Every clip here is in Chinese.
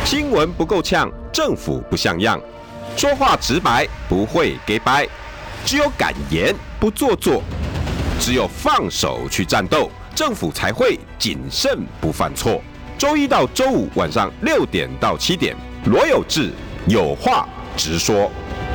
新闻不够呛，政府不像样，说话直白，不会给掰，只有敢言不做作，只有放手去战斗，政府才会谨慎不犯错。周一到周五晚上6点到7点，罗有志有话直说。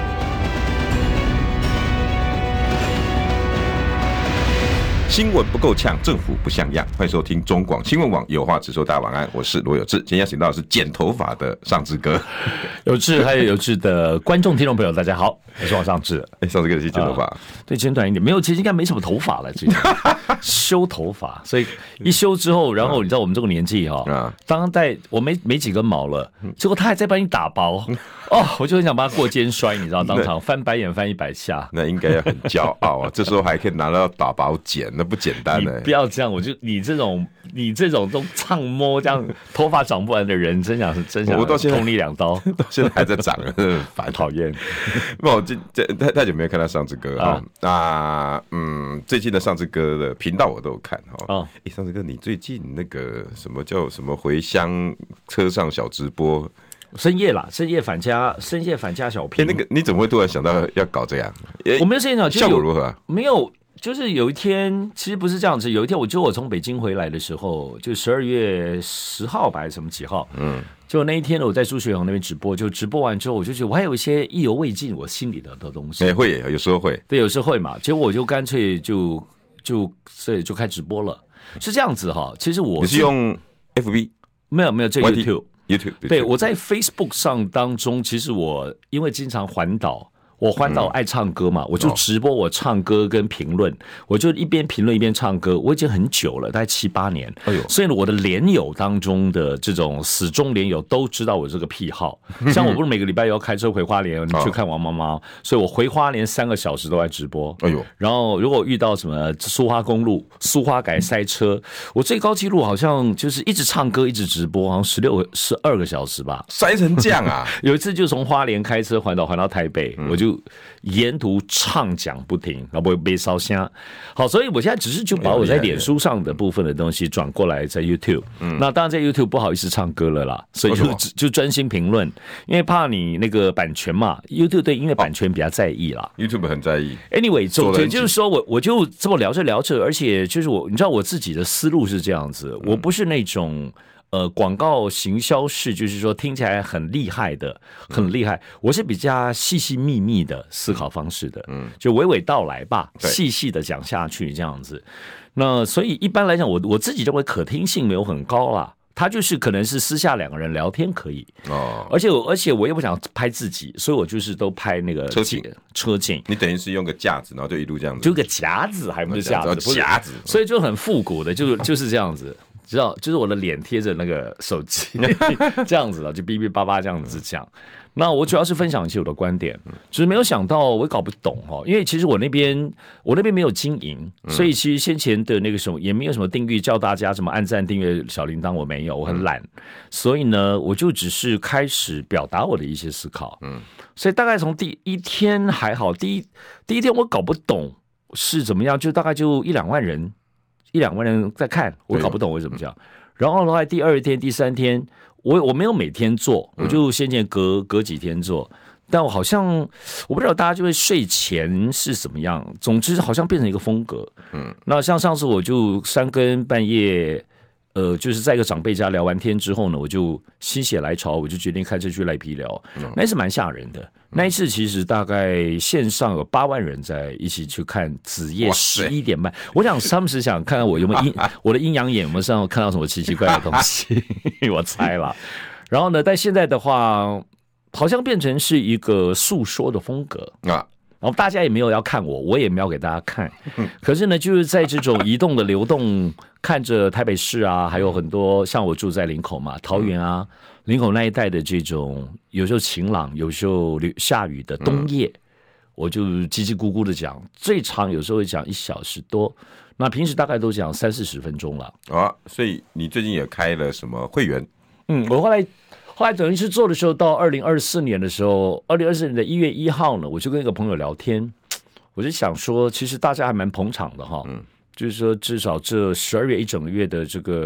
新闻不够呛，政府不像样。欢迎收听中广新闻网有话直说。大家晚安，我是罗有志。今天邀请到的是剪头发的尚志哥， 有志还有有志的观众听众朋友，大家好，我是王尚志。 尚志哥去剪头发， 对，剪短一点，没有，其实应该没什么头发了，最近修头发，所以一修之后，然后你知道我们这个年纪哈，当代我没几根毛了，结果他还在帮你打包。哦，我就很想把他过肩摔，你知道，当场翻白眼翻100下， 那应该要很骄傲啊！这时候还可以拿到打包剪，那不简单呢。 不要这样，你这种都唱摸这样头发长不完的人，真想我到现在捅你2刀， 到现在还在长，很烦， 讨厌。 不，我太久没有看到尚志哥啊。那最近的尚志哥的频道我都有看哈。尚志哥，你最近那个什么叫什么回乡车上小直播？ 深夜返家小品。 那个你怎么会突然想到要搞这样？ 我没有深夜效果如何啊？ 没有，就是有一天，其实不是这样子。有一天，我从北京回来的时候，就12月10号吧，还是什么几号？就那一天呢，我在朱学恒那边直播，就直播完之后，我就觉得我还有一些意犹未尽我心里的东西。 会有时候会， 对，有时候会嘛。结果我就干脆就开直播了。是这样子哈，其实你是用 FB？ 没有，这 YouTube。 对，我在 Facebook 上当中，其实我因为经常环岛，我环岛爱唱歌嘛，我就直播我唱歌跟评论，我就一边评论一边唱歌，我已经很久了，大概7、8年。所以呢，我的连友当中的这种死忠连友都知道我这个癖好。像我不是每个礼拜要开车回花莲去看王妈妈，所以我回花莲3个小时都在直播。然后如果遇到什么苏花公路、苏花改塞车，我最高纪录好像就是一直唱歌一直直播，好像12个小时吧， 塞成这样啊！ 有一次就从花莲开车环岛环到台北，我就沿途唱讲不停，然后被烧香。好，所以我现在只是就把我在脸书上的部分的东西转过来在 YouTube。那当然在 YouTube 不好意思唱歌了啦，所以就专心评论，因为怕你那个版权嘛。YouTube 对音乐版权比较在意啦。 YouTube 很在意。 Anyway， 总之就是说我就这么聊着，而且就是你知道我自己的思路是这样子，我不是那种。广告行销是就是说听起来很厉害，我是比较细细密密的思考方式的，就娓娓道来吧，细细的讲下去这样子。那所以一般来讲，我自己认为可听性没有很高啦。他就是可能是私下2个人聊天可以而且我也不想拍自己，所以我就是都拍那个车镜。你等于是用个架子，然后就一路这样子， 就个夹子，还不是架子， 夹子， 所以就很复古的，就是这样子。知道，就是我的脸贴着那个手机这样子的，就哔哔叭叭这样子讲。那我主要是分享一些我的观点，只是没有想到我搞不懂因为其实我那边没有经营，所以其实先前的那个什么也没有什么定义叫大家什么按赞订阅小铃铛，我没有，我很懒，所以呢我就只是开始表达我的一些思考。所以大概从第1天还好，第一天我搞不懂是怎么样，就大概就1-2万人在看，我搞不懂为什么这样。然后的话，第2天、第3天，我没有每天做，我就先前隔几天做。但我好像我不知道大家就会睡前是怎么样，总之好像变成一个风格。那像上次我就3更半夜。就是在一个长辈家聊完天之后呢，我就心血来潮，我就决定开车去赖皮聊。那一次蛮吓人的。那一次其实大概线上有8万人在一起去看子夜11点半。我想他们是想看看我有没有我的阴阳眼有没有上看到什么奇奇怪怪的东西，我猜啦。然后呢，但现在的话，好像变成是一个诉说的风格然后大家也没有要看我也没有给大家看。可是呢，就是在这种移动的流动，看着台北市啊，还有很多像我住在林口嘛，桃园啊，林口那一带的这种有时候晴朗，有时候下雨的冬夜，我就叽叽咕咕的讲，最长有时候会讲1小时多，那平时大概都讲30-40分钟了。 所以你最近也开了什么会员？ 我后来等于是做的时候，到2024年的时候，2024年的1月1号呢，我就跟一个朋友聊天，我就想说，其实大家还蛮捧场的哈，就是说至少这12月一整个月的这个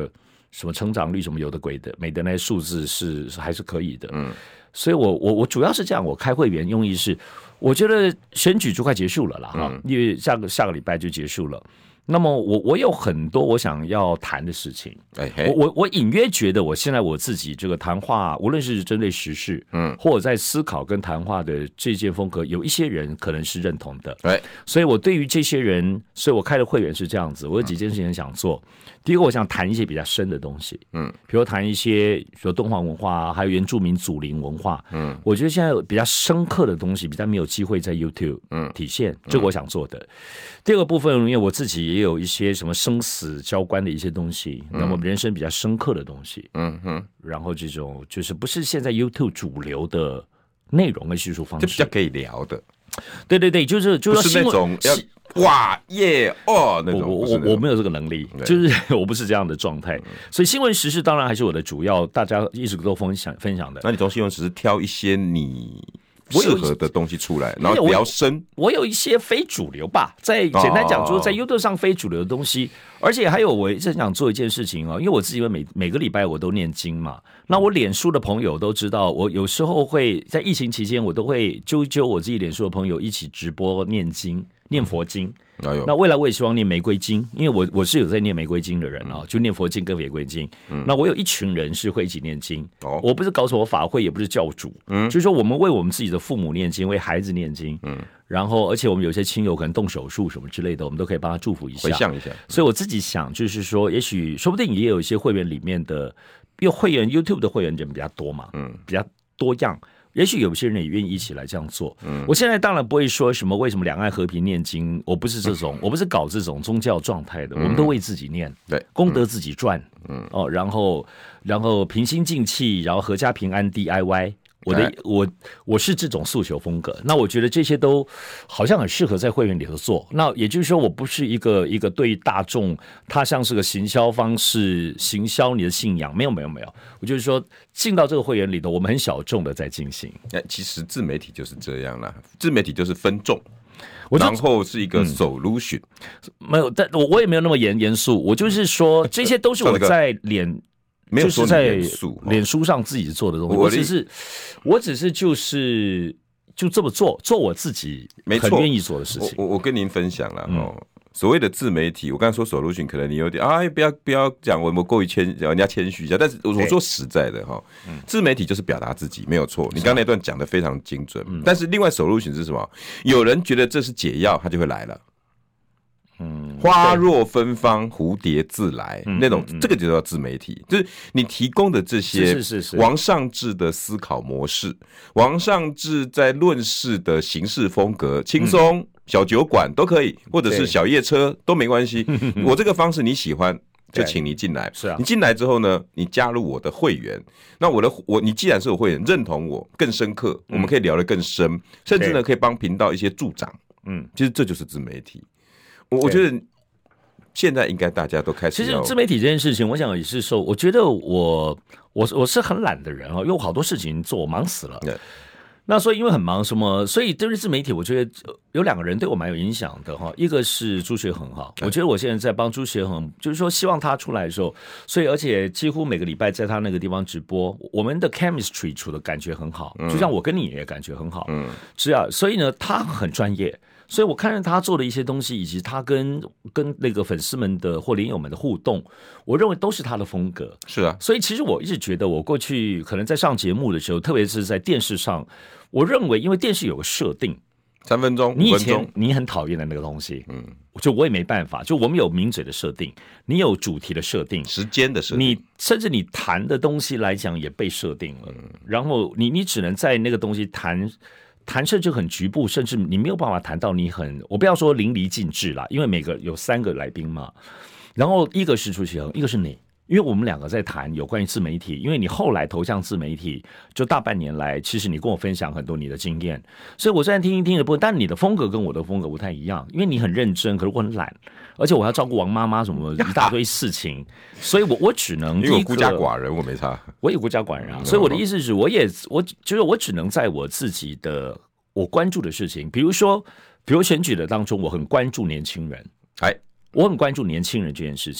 什么成长率什么有的鬼的美的那些数字还是可以的。所以我主要是这样，我开会员用意是，我觉得选举就快结束了啦哈，因为下个礼拜就结束了。那么我有很多我想要谈的事情，我隐约觉得我现在我自己这个谈话，无论是针对时事，或者在思考跟谈话的这件风格，有一些人可能是认同的，所以我对于这些人，所以我开的会员是这样子，我有几件事情想做。第一个，我想谈一些比较深的东西，比如谈一些比如敦煌文化，还有原住民祖灵文化，我觉得现在比较深刻的东西，比较没有机会在 YouTube 体现，这个我想做的。第二个部分，因为我自己也有一些什么生死交关的一些东西，那么人生比较深刻的东西，然后这种就是不是现在 YouTube 主流的内容跟叙述方式， 就比较可以聊的。 对对对，就是那种要哇耶哦那种， 我没有这个能力，就是我不是这样的状态，所以新闻时事当然还是我的主要，大家一直都分享的。 那你从新闻时事挑一些你适合的东西出来，然后聊深。 我有一些非主流吧，简单讲，就是在 YouTube 上非主流的东西，而且还有我一直想做一件事情因为我自己每个礼拜我都念经嘛，那我脸书的朋友都知道，我有时候会在疫情期间，我都会揪我自己脸书的朋友一起直播念经。念佛经，那未来我也希望念玫瑰经，因为我是有在念玫瑰经的人就念佛经跟玫瑰经。那我有一群人是会一起念经，我不是搞什么法会，也不是教主，就是说我们为我们自己的父母念经，为孩子念经，然后而且我们有些亲友可能动手术什么之类的，我们都可以帮他祝福一下， 回向一下。 所以我自己想，就是说，也许说不定也有一些会员里面的，因为会员 YouTube 的会员人比较多嘛，比较多样。也许有些人也愿意一起来这样做。我现在当然不会说什么为什么两岸和平念经，我不是这种，我不是搞这种宗教状态的，我们都为自己念，对，功德自己赚，然后平心静气，然后阖家平安 DIY。我是这种诉求风格，那我觉得这些都好像很适合在会员里头做。那也就是说，我不是一个对大众，它像是个行销方式，行销你的信仰，没有。我就是说，进到这个会员里头，我们很小众的在进行。 其实自媒体就是这样啦，自媒体就是分众。然后是一个 solution， 没有，但我也没有那么严肃。我就是说，这些都是我在没有说你严肃，就是在脸书上自己做的东西。我只是就这么做我自己很愿意做的事情。 我跟您分享了所谓的自媒体，我刚才说 solution， 可能你有点不要讲我们过于人家谦虚一下，但是我说实在的自媒体就是表达自己，没有错。你刚才那段讲的非常精准，但是另外 solution 是什么？有人觉得这是解药，他就会来了。花若芬芳，蝴蝶自来，那种这个就叫自媒体，就是你提供的这些王上志的思考模式，王上志在论事的形式风格，轻松小酒馆都可以，或者是小夜车都没关系。我这个方式你喜欢，就请你进来。你进来之后呢，你加入我的会员，那你既然是我会员，认同我更深刻，我们可以聊得更深，甚至呢可以帮频道一些助长。其实这就是自媒体。我觉得现在应该大家都开始。 其实自媒体这件事情，我想也是我觉得我是很懒的人因为我好多事情做，我忙死了。那所以因为很忙所以对于自媒体，我觉得有两个人对我蛮有影响的一个是朱学恒我觉得我现在在帮朱学恒，就是说希望他出来的时候，所以而且几乎每个礼拜在他那个地方直播，我们的 chemistry 处的感觉很好，就像我跟你也感觉很好，是啊，所以呢他很专业。所以我看着他做的一些东西，以及他跟那个粉丝们的或连友们的互动，我认为都是他的风格。 是啊， 所以其实我一直觉得，我过去可能在上节目的时候，特别是在电视上，我认为因为电视有个设定 ，3分钟， 你以前你很讨厌的那个东西，就我也没办法，就我们有名嘴的设定，你有主题的设定， 时间的设定， 你甚至你谈的东西来讲也被设定了，然后你只能在那个东西谈甚至很局部，甚至你没有办法谈到我不要说淋漓尽致啦，因为每个有3个来宾嘛，然后一个是朱学恒，一个是你，因为我们2个在谈有关于自媒体，因为你后来投向自媒体，就大半年来，其实你跟我分享很多你的经验，所以我虽然听一听的但你的风格跟我的风格不太一样，因为你很认真，可是我很懒，而且我要照顾王妈妈什么一大堆事情，所以我只能因为我孤家寡人，我没差， 我也孤家寡人啊，所以我的意思是，就是我只能在我自己的我关注的事情，比如选举的当中，我很关注年轻人，我很关注年轻人这件事情。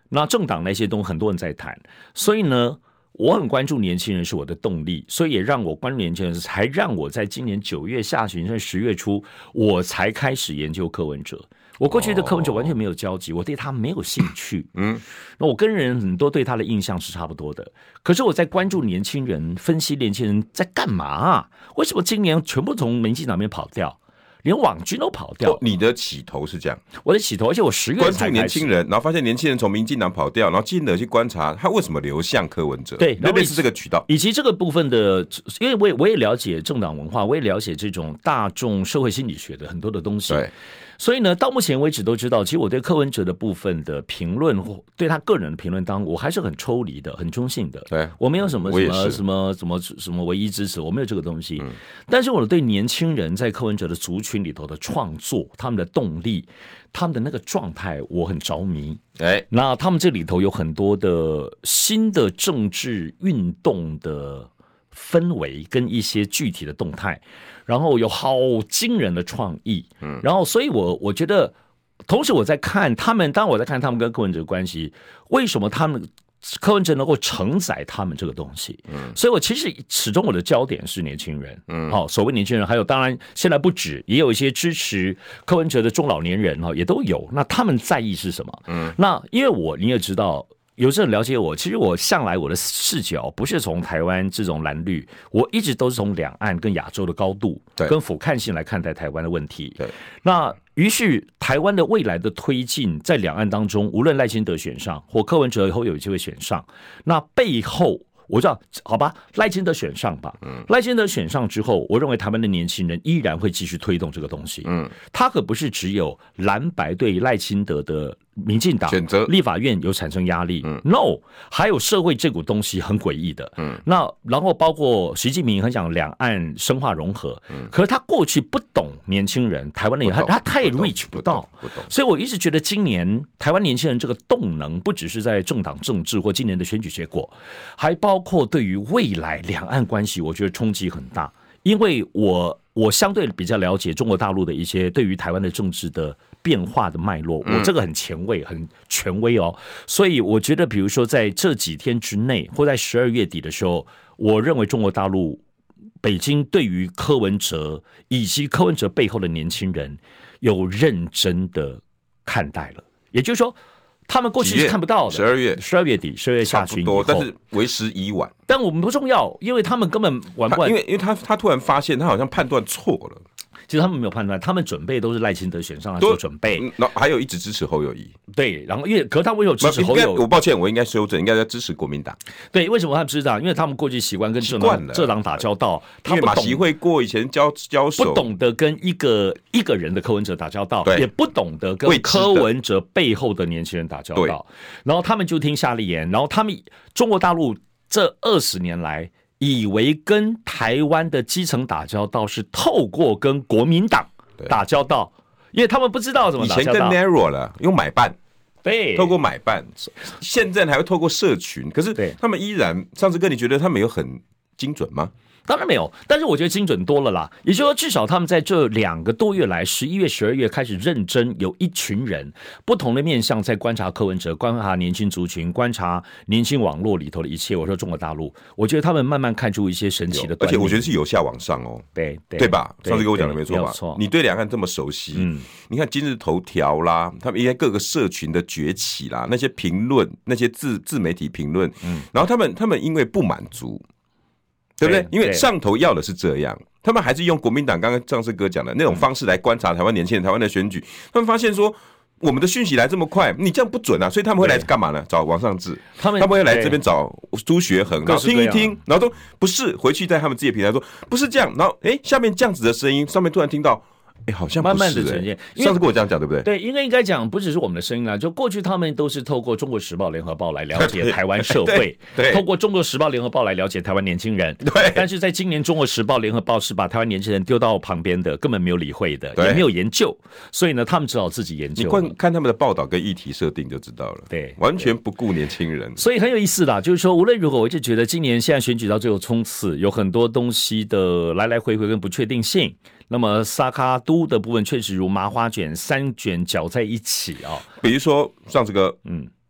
那政党那些东西很多人在谈，所以呢，我很关注年轻人是我的动力，所以也让我关注年轻人，才让我在今年9月下旬甚至10月初，我才开始研究柯文哲。我过去对柯文哲完全没有交集，我对他没有兴趣。那我跟人很多对他的印象是差不多的。可是我在关注年轻人，分析年轻人在干嘛为什么今年全部从民进党那边跑掉？连网军都跑掉。 你的起头是这样， 我的起头，而且我10月才开始关注年轻人，然后发现年轻人从民进党跑掉，然后进而去观察他为什么流向柯文哲。 对， 类似这个渠道， 以及这个部分的，因为我也了解政党文化，我也了解这种大众社会心理学的很多的东西。 对。 所以呢，到目前为止都知道，其实我对柯文哲的部分的评论，对他个人的评论当中，我还是很抽离的，很中性的。 对， 我没有什么唯一支持，我没有这个东西。但是我对年轻人在柯文哲的族群里头的创作，他们的动力，他们的那个状态，我很着迷。那他们这里头有很多的新的政治运动的氛围跟一些具体的动态，然后有好惊人的创意，然后所以我觉得，同时我在看他们，当我在看他们跟柯文哲的关系，为什么他们柯文哲能够承载他们这个东西，所以我其实始终我的焦点是年轻人，所谓年轻人，还有当然现在不止，也有一些支持柯文哲的中老年人也都有，那他们在意是什么？那因为你也知道。有些人了解我，其实我向来我的视角不是从台湾这种蓝绿，我一直都是从两岸跟亚洲的高度跟俯瞰性来看待台湾的问题。 对， 那于是台湾的未来的推进，在两岸当中，无论赖清德选上或柯文哲以后有机会选上，那背后我知道，好吧，赖清德选上吧。赖清德选上之后，我认为台湾的年轻人依然会继续推动这个东西。他可不是只有蓝白对赖清德的民进党选择立法院有产生压力。No， 还有社会这股东西很诡异的。那然后包括习近平很想两岸深化融合，可是他过去不懂年轻人，台湾的他太 reach 不到，所以我一直觉得今年台湾年轻人这个动能，不只是在政党政治或今年的选举结果，还包括对于未来两岸关系，我觉得冲击很大。因为我相对比较了解中国大陆的一些对于台湾的政治的变化的脉络，我这个很前卫很权威所以我觉得比如说在这几天之内或在12月底的时候，我认为中国大陆北京对于柯文哲以及柯文哲背后的年轻人有认真的看待了，也就是说他们过去是看不到的。12月底12月下旬以后， 但是为时已晚。 但我们不重要，因为他们根本玩不完， 因为他突然发现他好像判断错了。 其实他们没有判断，他们准备都是赖清德选上来做准备， 还有一直支持侯友宜。 对，然后可是他为什么支持侯友宜？ 我抱歉，我应该修正，应该在支持国民党。 对，为什么他们支持党？因为他们过去习惯跟政党打交道， 因为马习会过以前交手， 不懂得跟一个人的柯文哲打交道，也不懂得跟柯文哲背后的年轻人打交道，然后他们就听夏立言，然后他们中国大陆这20年来。以为跟台湾的基层打交道是透过跟国民党打交道，因为他们不知道怎么打交道。 以前更 narrow 了，用买办， 对， 透过买办，现在还会透过社群，可是他们依然，上次哥，你觉得他们有很精准吗？ 当然没有，但是我觉得精准多了啦。也就是说，至少他们在这2个多月来，11月、12月开始认真，有一群人不同的面向在观察柯文哲，观察年轻族群，观察年轻网络里头的一切。我说中国大陆，我觉得他们慢慢看出一些神奇的端倪， 而且我觉得是由下往上对吧？上次跟我讲的没错吧？你对两岸这么熟悉，你看今日头条啦，他们应该各个社群的崛起啦，那些评论，那些自媒体评论，然后他们因为不满足。对不对？因为上头要的是这样，他们还是用国民党刚刚上次哥讲的那种方式来观察台湾年轻人、台湾的选举。他们发现说，我们的讯息来这么快，你这样不准啊，所以他们会来干嘛呢？找王尚志，他们会来这边找朱学恒，然后听一听，然后都不是回去在他们自己的平台说不是这样，然后下面这样子的声音，上面突然听到。好像不是慢慢的呈现。 上次跟我这样讲，对不对？ 对，应该讲不只是我们的声音啦，就过去他们都是透过《中国时报》《联合报》来了解台湾社会，透过《中国时报》《联合报》来了解台湾年轻人。 对， 但是在今年《中国时报》《联合报》是把台湾年轻人丢到旁边的，根本没有理会的，也没有研究，所以呢，他们只好自己研究。 你看他们的报道跟议题设定就知道了， 对， 完全不顾年轻人， 所以很有意思啦。就是说，无论如何，我一直觉得今年现在选举到最后冲刺，有很多东西的来来回回跟不确定性。那么萨卡都的部分确实如麻花卷3卷搅在一起比如说上次个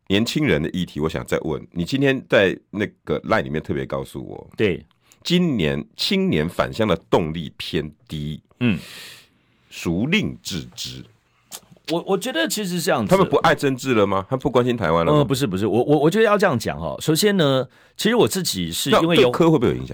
年轻人的议题，我想再问你，今天在那个 LINE 里面特别告诉我， 对， 今年青年返乡的动力偏低，孰令致之？ 我觉得其实是这样子， 他们不爱政治了吗？他们不关心台湾了吗？ 不是，我觉得要这样讲哈。首先呢，其实我自己是因为有科会不会有影响？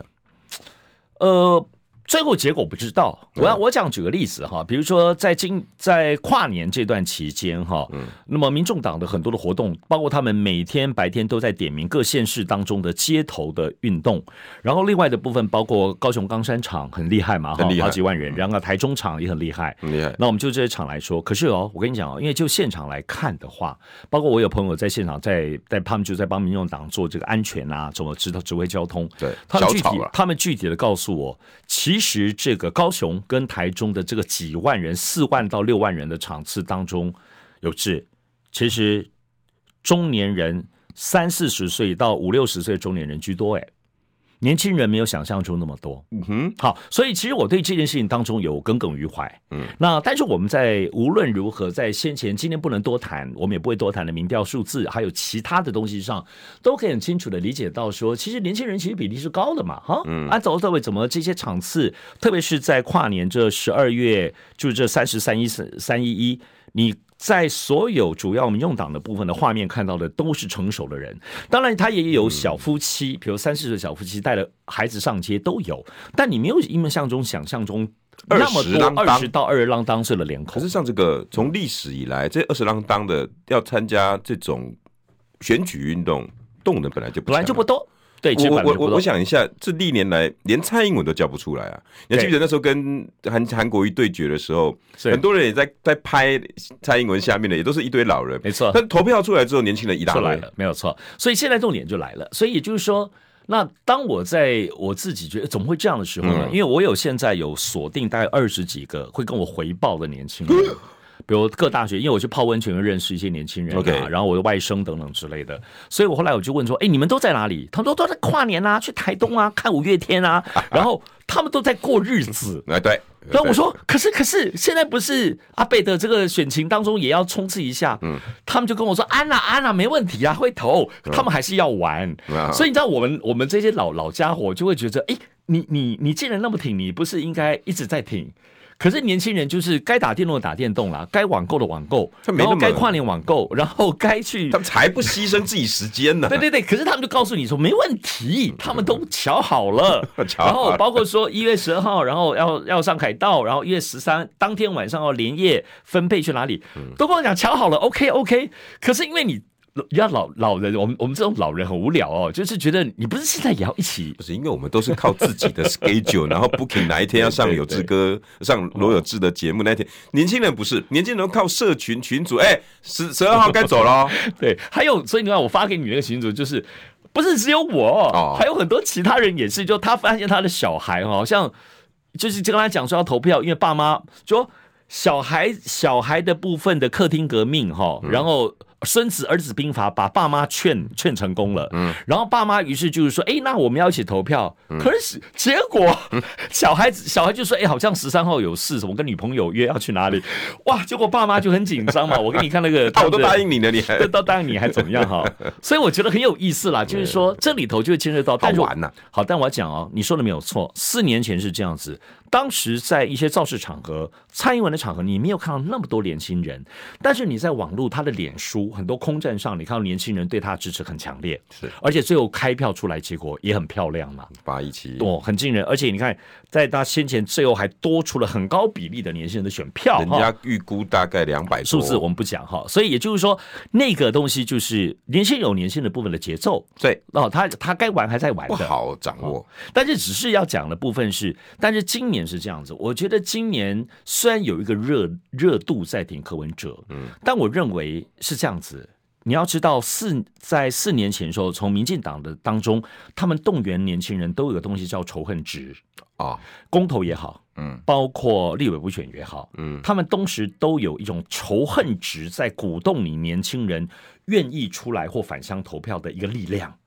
最后结果不知道，我讲举个例子哈，比如说在跨年这段期间哈，那么民众党的很多的活动，包括他们每天白天都在点名各县市当中的街头的运动，然后另外的部分包括高雄冈山场很厉害嘛，好几万人，然后台中场也很厉害， 很厉害。 那我们就这些场来说，可是我跟你讲因为就现场来看的话，包括我有朋友在现场他们就在帮民众党做这个安全啊，怎么指挥交通， 对， 他们具体的告诉我，其实这个高雄跟台中的这个几万人，4万到6万人的场次当中，其实中年人30-40岁到50-60岁的中年人居多，年轻人没有想象中那么多。好，所以其实我对这件事情当中有耿耿于怀。那但是我们在无论如何，在先前今天不能多谈，我们也不会多谈的民调数字，还有其他的东西上，都可以很清楚的理解到说，其实年轻人其实比例是高的嘛，走到尾怎么这些场次，特别是在跨年这12月，就是这30、31、311，你在所有主要民众党的部分的画面看到的都是成熟的人，当然他也有小夫妻，比如30岁的小夫妻带了孩子上街都有，但你没有想象中那么多20到22郎当岁的脸孔。 可是像这个从历史以来，这20郎当的要参加这种选举运动，动能本来就不多。对， 我想一下，这历年来连蔡英文都叫不出来啊！你还记得那时候跟韩国瑜对决的时候，很多人也在拍蔡英文下面的，也都是一堆老人， 没错。 但投票出来之后，年轻人一大堆， 没有错。所以现在重点就来了。所以也就是说，那当我自己觉得怎么会这样的时候呢？因为我现在有锁定大概20几个会跟我回报的年轻人。比如各大学，因为我去泡温泉认识一些年轻人然后我的外甥等等之类的，所以我后来我就问说，你们都在哪里？他们说都在跨年啊，去台东啊，看5月天啊，然后他们都在过日子。 对。 然后我说，可是现在不是阿贝的这个选情当中也要冲刺一下？他们就跟我说，安啦，没问题啊，会投，他们还是要玩。所以你知道，我们这些老家伙就会觉得，你既然那么挺，你不是应该一直在挺？可是年轻人就是该打电动的打电动啦，该网购的网购，然后该跨年网购，然后该去， 他们才不牺牲自己时间呢。 对，可是他们就告诉你说没问题，他们都瞧好了。然后包括说1月12号，然后要上凯道，然后1月13当天晚上要连夜分配去哪里，都跟我讲瞧好了 ，OK。可是因为你要老人，我们这种老人很无聊就是觉得你不是现在也要一起， 不是因为我们都是靠自己的 schedule， 然后 booking 哪一天要上有志哥上罗有志的节目那一天，年轻人不是，年轻人靠社群群组，12号该走了。 对，还有所以你看我发给你那个群组就是。不是只有我，还有很多其他人也是，就他发现他的小孩好像就是跟他讲说要投票，因为爸妈说小孩的部分的客厅革命然后孙子儿子兵法把爸妈劝成功了，然后爸妈于是就是说，那我们要一起投票，可是结果小孩就说，好像13号有事，什么跟女朋友约要去哪里，哇，结果爸妈就很紧张嘛，我给你看那个， 我都答应你了，你还都答应你还怎么样所以我觉得很有意思啦，就是说这里头就会牵涉到， 好玩呐。 好，但我要讲你说的没有错，4年前是这样子。当时在一些造势场合，蔡英文的场合，你没有看到那么多年轻人，但是你在网络他的脸书很多空战上，你看到年轻人对他的支持很强烈， 是， 而且最后开票出来结果也很漂亮嘛 ，817， 很惊人，而且你看，在他先前最后还多出了很高比例的年轻人的选票， 人家预估大概200多， 数字我们不讲所以也就是说，那个东西就是年轻有年轻的部分的节奏， 对， 他该玩还在玩的， 不好掌握， 但是只是要讲的部分是，但是今年是这样子，我觉得今年虽然有一个热度在挺柯文哲，但我认为是这样子。你要知道在4年前的时候，从民进党的当中，他们动员年轻人都有个东西叫仇恨值公投也好，包括立委补选也好，他们当时都有一种仇恨值在鼓动你年轻人愿意出来或返乡投票的一个力量。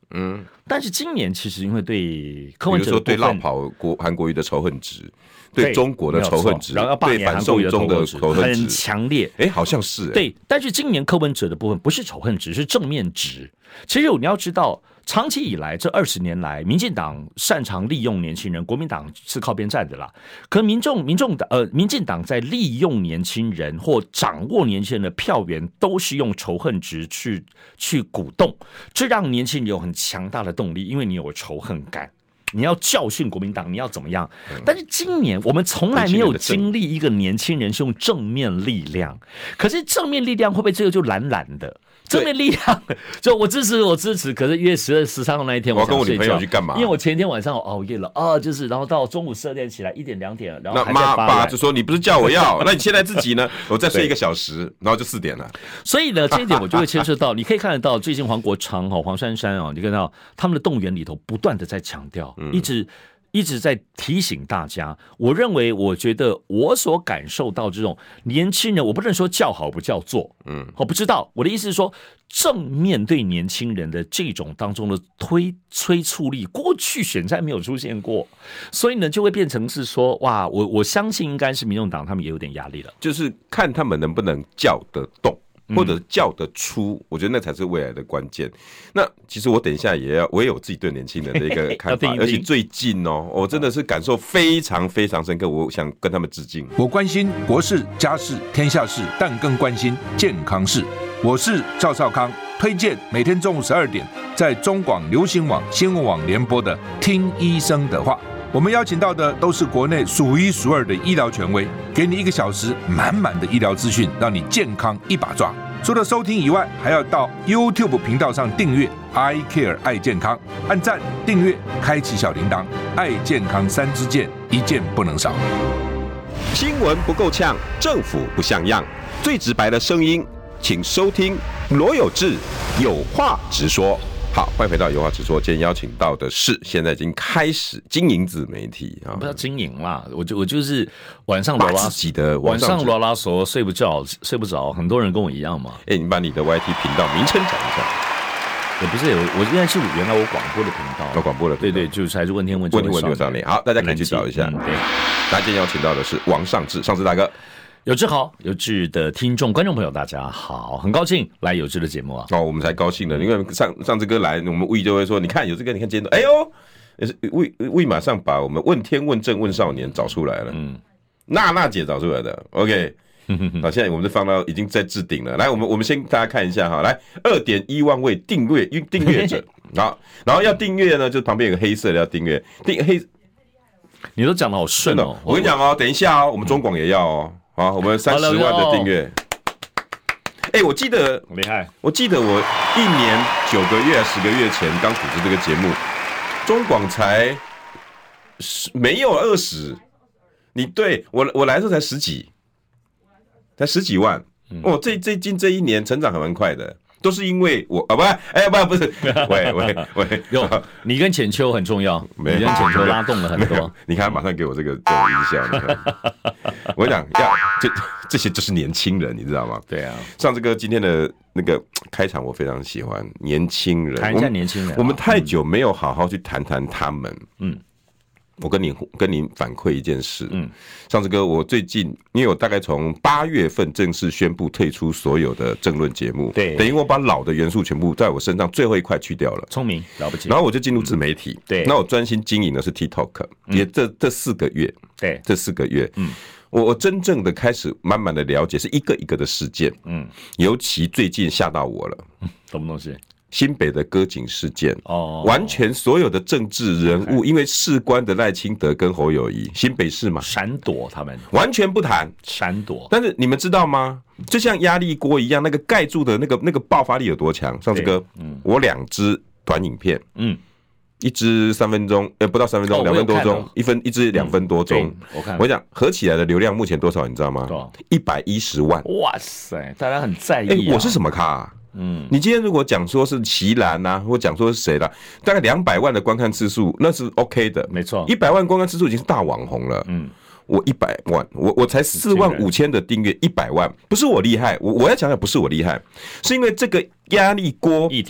但是今年其实因为对柯文哲的部分， 比如说对落跑韩国瑜的仇恨值，对中国的仇恨值， 然后对反送中的仇恨值很强烈。 好像是对，但是今年柯文哲的部分不是仇恨值，是正面值。其实你要知道，长期以来这20年来，民进党擅长利用年轻人，国民党是靠边站的啦。可民进党在利用年轻人或掌握年轻人的票源，都是用仇恨值去鼓动，这让年轻人有很强大的动力，因为你有仇恨感。你要教训国民党，你要怎么样？但是今年我们从来没有经历一个年轻人是用正面力量，可是正面力量会不会这个就懒懒的？正面力量，就我支持。可是1月12、13号那一天， 我要跟我女朋友去干嘛？ 因为我前一天晚上我熬夜了啊，就是然后到中午12点起来，1点2点，然后还在那爸就说你不是叫我要，那你现在自己呢？我再睡1个小时，然后就4点了。 所以呢，这一点我就会牵涉到，你可以看得到最近黄国昌黄珊珊你看到他们的动员里头不断的在强调，一直在提醒大家。我觉得我所感受到这种年轻人，我不能说叫好不叫座，我不知道。我的意思是说，正面对年轻人的这种当中的催促力，过去选战没有出现过，所以呢，就会变成是说，哇，我相信应该是民众党他们也有点压力了， 就是看他们能不能叫得动。或者叫得出，我觉得那才是未来的关键。那其实我等一下我也有自己对年轻人的一个看法，而且最近我真的是感受非常非常深刻，我想跟他们致敬。 我关心国事、家事、天下事，但更关心健康事。我是赵少康，推荐每天中午12点在中广流行网、新闻网联播的《听医生的话》。我们邀请到的都是国内数一数二的医疗权威，给你1个小时满满的医疗资讯，让你健康一把抓。除了收听以外，还要到 YouTube 频道上订阅 I Care 爱健康，按赞、订阅、开启小铃铛，爱健康3支箭，一件不能少。 新闻不够呛，政府不像样，最直白的声音，请收听罗有志有话直说。好，欢迎回到有话直说。今天邀请到的是现在已经开始经营自媒体不要经营啦，我就是晚上罗拉自己的晚上罗拉说睡不着，很多人跟我一样嘛。 你把你的 YT 频道名称讲一下。 也不是，我应该是原来我广播的频道， 广播的频道， 对，就是还是问天问少年。好，大家可以去找一下。 对， 那今天邀请到的是王尚志大哥。 有志好，有志的听众观众朋友大家好，很高兴来有志的节目啊。 我们才高兴呢，因为上志哥来，我们魏就会说，你看有志哥，你看今天哎呦，魏马上把我们问天问政问少年找出来了，娜姐找出来的 ，OK。好，现在我们就放到已经在置顶了。来，我们先大家看一下哈，来2.1万位订阅者，好，然后要订阅呢，就旁边有个黑色的要订阅， 你都讲得好顺哦。 我跟你讲我等一下我们中广也要好，我们30万的订阅。我记得厉害， 我记得我1年9个月、10个月前刚组织这个节目，中广才没有20，你对我来的时候才10几。才10几万，最近这1年成长还蛮快的，都是因为我不是，喂， 你跟浅秋很重要，你跟浅秋拉动了很多， 你看他马上给我这种音效，你看，我讲这些就是年轻人，你知道吗？ 对啊， 像这个今天的那个开场我非常喜欢，年轻人， 谈一下年轻人， 我们太久没有好好去谈谈他们，我跟你反馈一件事，上次哥，我最近因为我大概从8月份正式宣布退出所有的政论节目， 对， 等于我把老的元素全部在我身上最后一块去掉了， 聪明了不起。 然后我就进入自媒体， 对， 那我专心经营的是 TikTok，也这4个月， 对， 这4个月，我真正的开始慢慢的了解是一个一个的事件，尤其最近吓到我了， 什么东西？ 新北的割颈事件，完全所有的政治人物，因为事关的赖清德跟侯友宜，新北市嘛， 闪躲他们， 完全不谈， 闪躲。 但是你们知道吗？就像压力锅一样，那个盖住的那个爆发力有多强？上次哥，我2支短影片，一支3分钟，不到3分钟，2分多钟，一支2分多钟。我讲合起来的流量目前多少？你知道吗？110万。 哇塞，大家很在意。 我是什么咖啊？你今天如果讲说是齐兰啊，或讲说是谁啦，大概200万的观看次数，那是 OK 的， 没错。 100万观看次数已经是大网红了。我100万，我才4万5千的订阅，100万，不是我厉害，我要讲的不是我厉害，是因为这个压力锅议题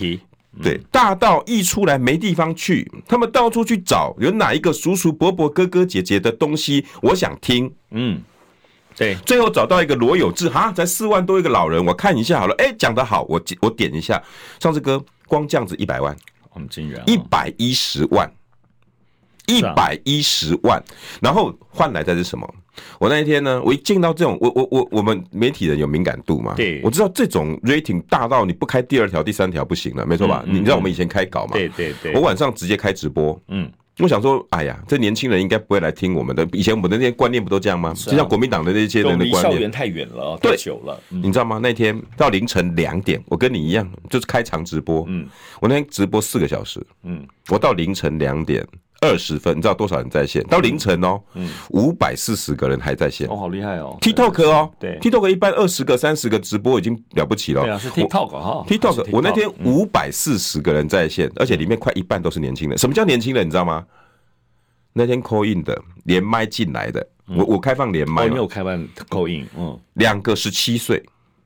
对，大到溢出来没地方去，他们到处去找有哪一个叔叔伯伯哥哥姐姐的东西，我想听。 对， 最后找到一个罗有志，才4万多一个老人，我看一下好了，讲得好，我点一下，上次歌光这样子100万， 我们竟然 110万，110万，然后换来的是什么？我那一天呢，我一见到这种，我们媒体人有敏感度嘛？ 对， 我知道这种 rating 大到你不开第2条、第3条不行了，没错吧？你知道我们以前开稿嘛？ 对， 我晚上直接开直播，我想说，哎呀，这年轻人应该不会来听我们的。以前我们的那些观念不都这样吗？就像国民党的那些人的观念， 离校园太远了，太久了。 你知道吗？那天到凌晨2点，我跟你一样，就是开长直播。我那天直播4个小时。我到凌晨2点20分，你知道多少人在线？到凌晨540个人还在线。 好厉害哦 ！TikTok 对 ，TikTok 一般20个、30个直播已经了不起了。 对啊，是 TikTok 哈。 TikTok 我那天540个人在线，而且里面快一半都是年轻人。什么叫年轻人？你知道吗？那天 call in 的，连麦进来的，我开放连麦。 你有开放 call in， 2个17岁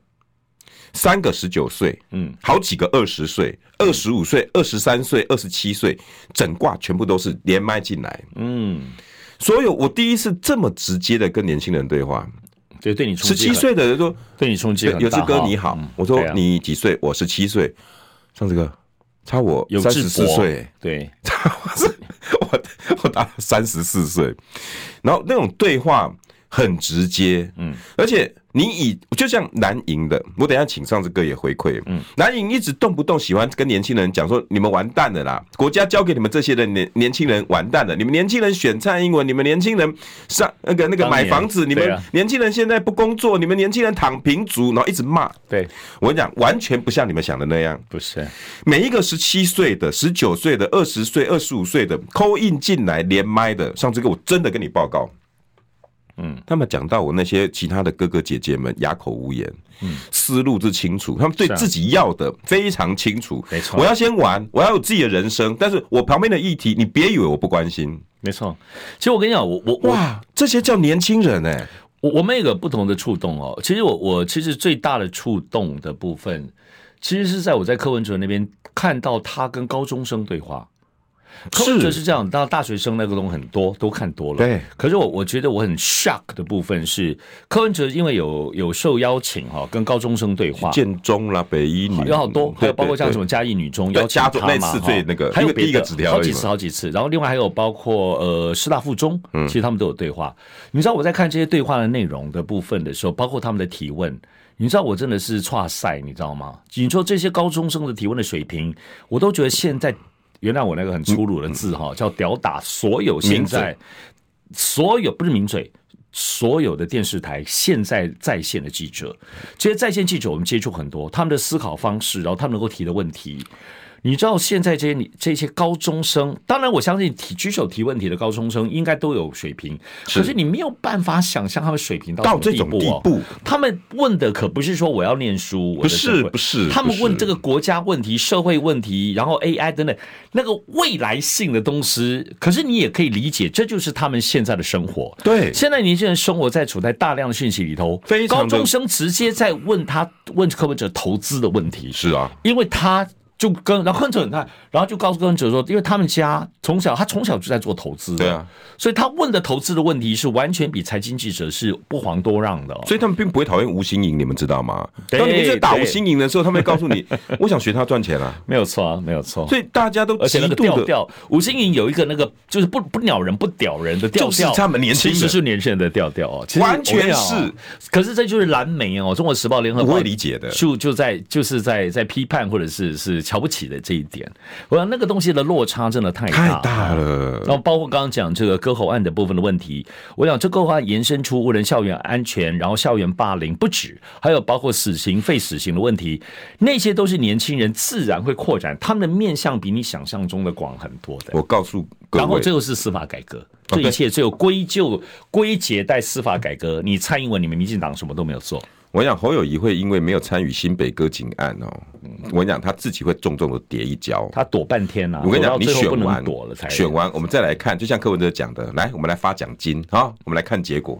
，3个19岁，好几个20岁、25岁、23岁、27岁，整挂全部都是连麦进来。所有我第一次这么直接的跟年轻人对话。 对你冲击 17岁的人说， 对你冲击很大。 有志哥你好，我说你几岁？我17岁。上次哥差我34岁， 对， 我打了34岁，然后那种对话很直接，而且你就像蓝营的，我等一下请上次哥也回馈，蓝营一直动不动喜欢跟年轻人讲说，你们完蛋了啦，国家交给你们这些人年轻人完蛋了，你们年轻人选蔡英文，你们年轻人上那个买房子，你们年轻人现在不工作，你们年轻人躺平族，然后一直骂。对，我跟你讲，完全不像你们想的那样， 不是每一个17岁的、19岁的、20岁、25岁的 call in 进来连麦的，上次哥我真的跟你报告。他们讲到我那些其他的哥哥姐姐们哑口无言，思路之清楚，他们对自己要的非常清楚。没错，我要先玩，我要有自己的人生，但是我旁边的议题，你别以为我不关心。 没错，其实我跟你讲， 哇，这些叫年轻人哎。 我们有个不同的触动哦。其实我其实最大的触动的部分，其实是在我在柯文哲那边看到他跟高中生对话。柯文哲是这样，当然大学生那个东西很多，都看多了。对，可是我觉得我很 shock 的部分是，柯文哲因为有受邀请跟高中生对话， 建中啦、北一女， 有好多，还有包括像什么嘉义女中邀请他嘛， 那次最那个， 还有别的好几次，然后另外还有包括师大附中，其实他们都有对话。你知道我在看这些对话的内容的部分的时候，包括他们的提问。你知道我真的是剉赛，你知道吗？你说这些高中生的提问的水平，我都觉得现在。原来我那个很粗鲁的字叫屌打所有现在所有不是名嘴，所有的电视台现在在线的记者，这些在线记者我们接触很多，他们的思考方式，然后他们能够提的问题。你知道现在这些高中生，当然我相信举手提问题的高中生应该都有水平，可是你没有办法想象他们水平到这种地步。他们问的可不是说我要念书， 不是， 他们问这个国家问题、社会问题，然后 AI 等等那个未来性的东西。可是你也可以理解，这就是他们现在的生活。对，现在年轻人生活在处在大量的讯息里头，高中生直接在问柯文哲投资的问题。是啊，因为他。然后柯文哲很看，然后就告诉柯文哲说，因为他们家他从小就在做投资，对啊，所以他问的投资的问题是完全比财经记者是不遑多让的，所以他们并不会讨厌吴欣盈，你们知道吗？当你们在打吴欣盈的时候，他们会告诉你，我想学他赚钱啊， 没有错啊，没有错。 所以大家都而且那个调，吴欣盈有一个那个就是不鸟人不屌人的调调， 就是他们年轻人， 其实是年轻人的调调哦， 完全是。 可是这就是蓝媒哦，《中国时报》、联合报不会理解的， 就是在批判或者是瞧不起的这一点。我想那个东西的落差真的太大了，然后包括刚刚讲这个割喉案的部分的问题，我想这割喉案延伸出无人校园安全，然后校园霸凌不止，还有包括死刑废死刑的问题，那些都是年轻人自然会扩展，他们的面向比你想象中的广很多的。 我告诉各位， 然后最后是司法改革，这一切只有归结在司法改革。你蔡英文、你们民进党什么都没有做。 我讲侯友宜会因为没有参与新北割颈案我跟你讲他自己会重重的跌一跤， 他躲半天啊！ 我跟你讲，你选完，我们再来看，就像柯文哲讲的，来，我们来发奖金啊，我们来看结果。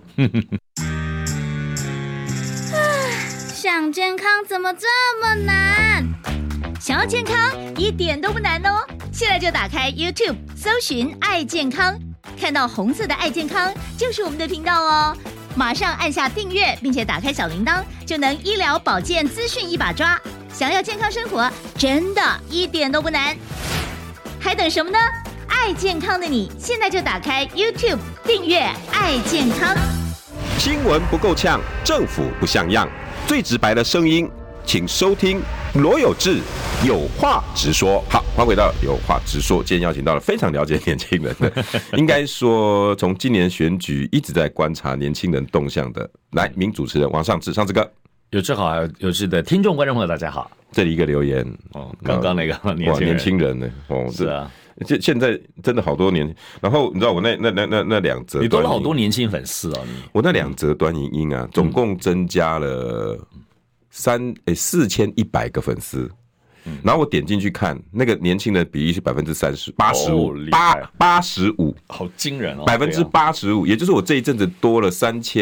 想健康怎么这么难？ 想要健康一点都不难哦，现在就打开 YouTube 搜寻爱健康，看到红色的爱健康就是我们的频道哦。马上按下订阅，并且打开小铃铛，就能医疗保健资讯一把抓。想要健康生活，真的一点都不难，还等什么呢？爱健康的你，现在就打开 YouTube 订阅爱健康。 新闻不够呛，政府不像样，最直白的声音，请收听罗有志有话直说。好，欢迎回到有话直说。今天邀请到了非常了解年轻人的，应该说从今年选举一直在观察年轻人动向的，来，名主持人王尚志，尚志哥。 有志好，有志的听众观众朋友大家好。 这里一个留言哦，刚刚那个年轻人呢？哦， 是啊， 现在真的好多年。然后你知道我那两则， 你多了好多年轻粉丝哦。 我那2则短影音啊，总共增加了4100个粉丝。然后我点进去看，那个年轻人比例是85%，85%， 好惊人哦 ，85%，也就是我这一阵子多了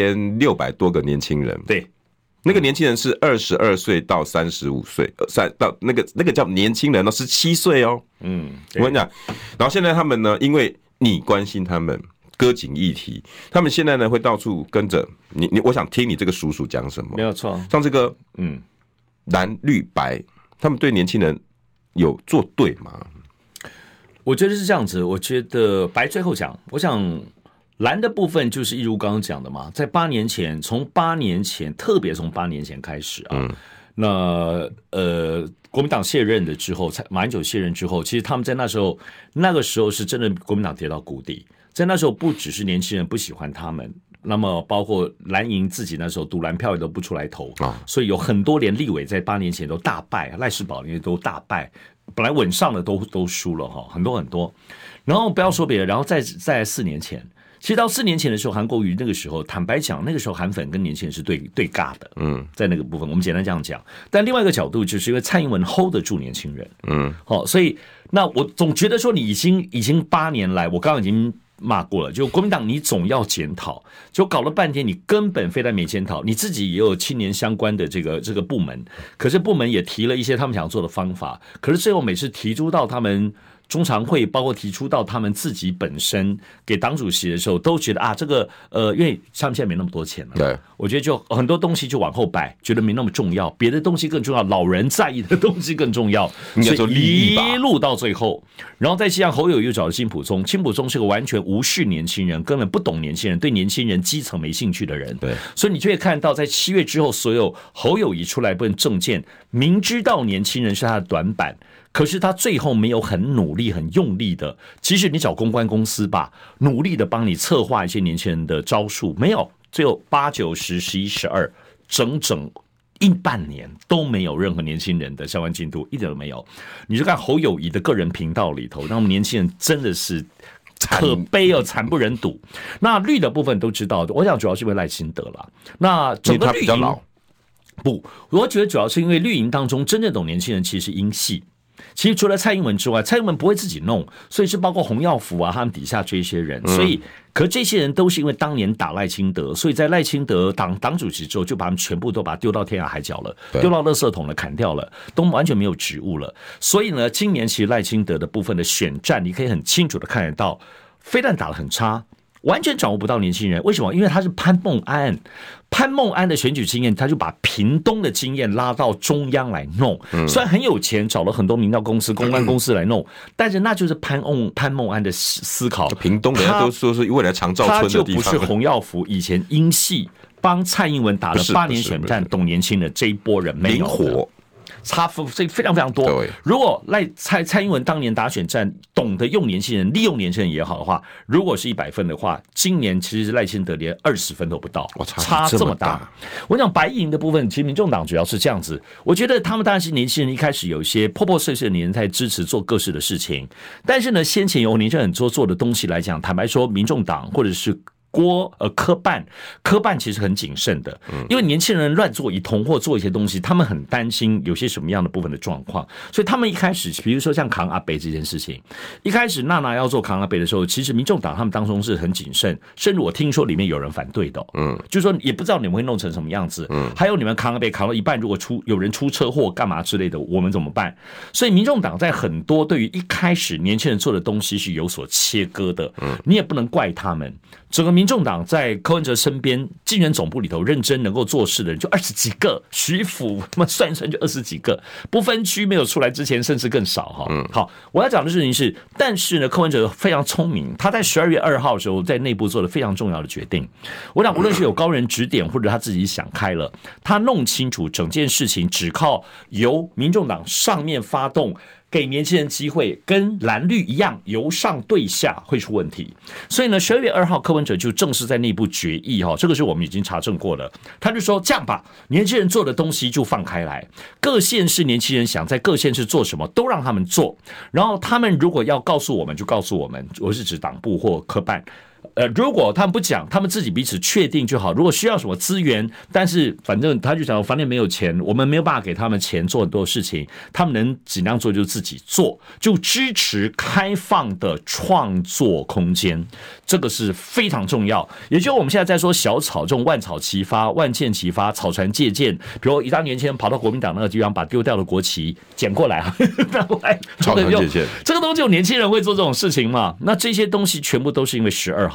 3600多个年轻人。 对。 那个年轻人是22岁到35岁，到那个叫年轻人哦，17岁哦。我跟你讲，然后现在他们呢，因为你关心他们割颈议题，他们现在呢会到处跟着你。我想听你这个叔叔讲什么？ 没有错， 像这个蓝绿白，他们对年轻人有做对吗？ 我觉得是这样子。我觉得白最后讲，我想。蓝的部分就是一如刚刚讲的嘛，在8年前，特别从8年前开始啊，那国民党卸任的之后，马英九卸任之后，其实他们在那个时候是真的国民党跌到谷底，在那时候不只是年轻人不喜欢他们，那么包括蓝营自己那时候赌蓝票也都不出来投，所以有很多连立委在8年前都大败，赖士葆那些都大败，本来稳上的都输了哈，很多，然后不要说别的，然后再4年前。其实到4年前的时候，韩国瑜那个时候，坦白讲，那个时候韩粉跟年轻人是对尬的，在那个部分，我们简单这样讲。但另外一个角度，就是因为蔡英文 hold 得住年轻人，所以那我总觉得说，你已经8年来，我刚刚已经骂过了，就国民党你总要检讨，就搞了半天，你根本非但没检讨，你自己也有青年相关的这个部门，可是部门也提了一些他们想做的方法，可是最后每次提出到他们。中常会包括提出到他们自己本身给党主席的时候，都觉得这个因为他们现在没那么多钱了，对，我觉得就很多东西就往后摆，觉得没那么重要，别的东西更重要，老人在意的东西更重要，所以一路到最后，然后再加上侯友宜找了金溥聪是个完全无视年轻人，根本不懂年轻人，对年轻人基层没兴趣的人，对，所以你就会看到在7月之后，所有侯友宜出来份政见，明知道年轻人是他的短板。可是他最后没有很努力、很用力的，即使你找公关公司吧，努力的帮你策划一些年轻人的招数，没有，只有8、9、10、11、12，整半年都没有任何年轻人的相关进度，一点都没有。你就看侯友宜的个人频道里头，让我们年轻人真的是可悲哦，惨不忍睹。那绿的部分都知道的，我想主要是因为赖清德啦。那整个绿营不，我觉得主要是因为绿营当中真正懂年轻人其实是英系。其实除了蔡英文之外，蔡英文不会自己弄，所以是包括洪耀福啊，他们底下这些人，所以可这些人都是因为当年打赖清德，所以在赖清德党主席之后，就把他们全部都把他丢到天涯海角了，丢到垃圾桶了，砍掉了，都完全没有职务了。所以呢，今年其实赖清德的部分的选战，你可以很清楚的看得到，非但打得很差。完全掌握不到年轻人，为什么？因为他是潘孟安的选举经验，他就把屏东的经验拉到中央来弄。虽然很有钱，找了很多民调公司、公关公司来弄，但是那就是潘孟安的思考。 屏东人家都说是未来长照村的地方， 他就不是洪耀福以前英系帮蔡英文打了8年选战，懂年轻的这一波人没有的。差非常非常多。如果蔡英文当年打选战，懂得用年轻人、利用年轻人也好的话，如果是100分的话，今年其实赖清德连20分都不到，差这么大。我讲白营的部分，其实民众党主要是这样子。我觉得他们当然是年轻人，一开始有一些破碎的年代支持做各式的事情，但是呢，先前有年轻人很做的东西来讲，坦白说，民众党或者是科办其实很谨慎的，因为年轻人乱做一通或做一些东西，他们很担心有些什么样的部分的状况，所以他们一开始，比如说像扛阿北这件事情，一开始娜娜要做扛阿北的时候，其实民众党他们当中是很谨慎，甚至我听说里面有人反对的，就是说也不知道你们会弄成什么样子，还有你们扛阿北扛到一半，如果有人出车祸干嘛之类的，我们怎么办？所以民众党在很多对于一开始年轻人做的东西是有所切割的，你也不能怪他们。整个民众党在柯文哲身边竞选总部里头认真能够做事的人就20几个，徐府算一算就20几个，不分区没有出来之前甚至更少哈。好，我要讲的事情是，但是呢，柯文哲非常聪明，他在12月2号的时候在内部做了非常重要的决定。我想无论是有高人指点，或者他自己想开了，他弄清楚整件事情只靠由民众党上面发动，给年轻人机会，跟蓝绿一样由上对下会出问题。所以呢，12月2号柯文哲就正式在内部决议这个是我们已经查证过了。他就说这样吧，年轻人做的东西就放开来，各县市年轻人想在各县市做什么都让他们做，然后他们如果要告诉我们就告诉我们，我是指党部或科办。如果他们不讲，他们自己彼此确定就好。如果需要什么资源，但是反正他就讲，反正没有钱，我们没有办法给他们钱做很多事情，他们能尽量做就自己做，就支持开放的创作空间，这个是非常重要。也就是我们现在在说小草这种万草齐发、万箭齐发、草船借箭，比如一大年轻人跑到国民党那个地方，把丢掉的国旗捡过来，拿过来， 草船借箭， 这个东西有年轻人会做这种事情嘛？那这些东西全部都是因为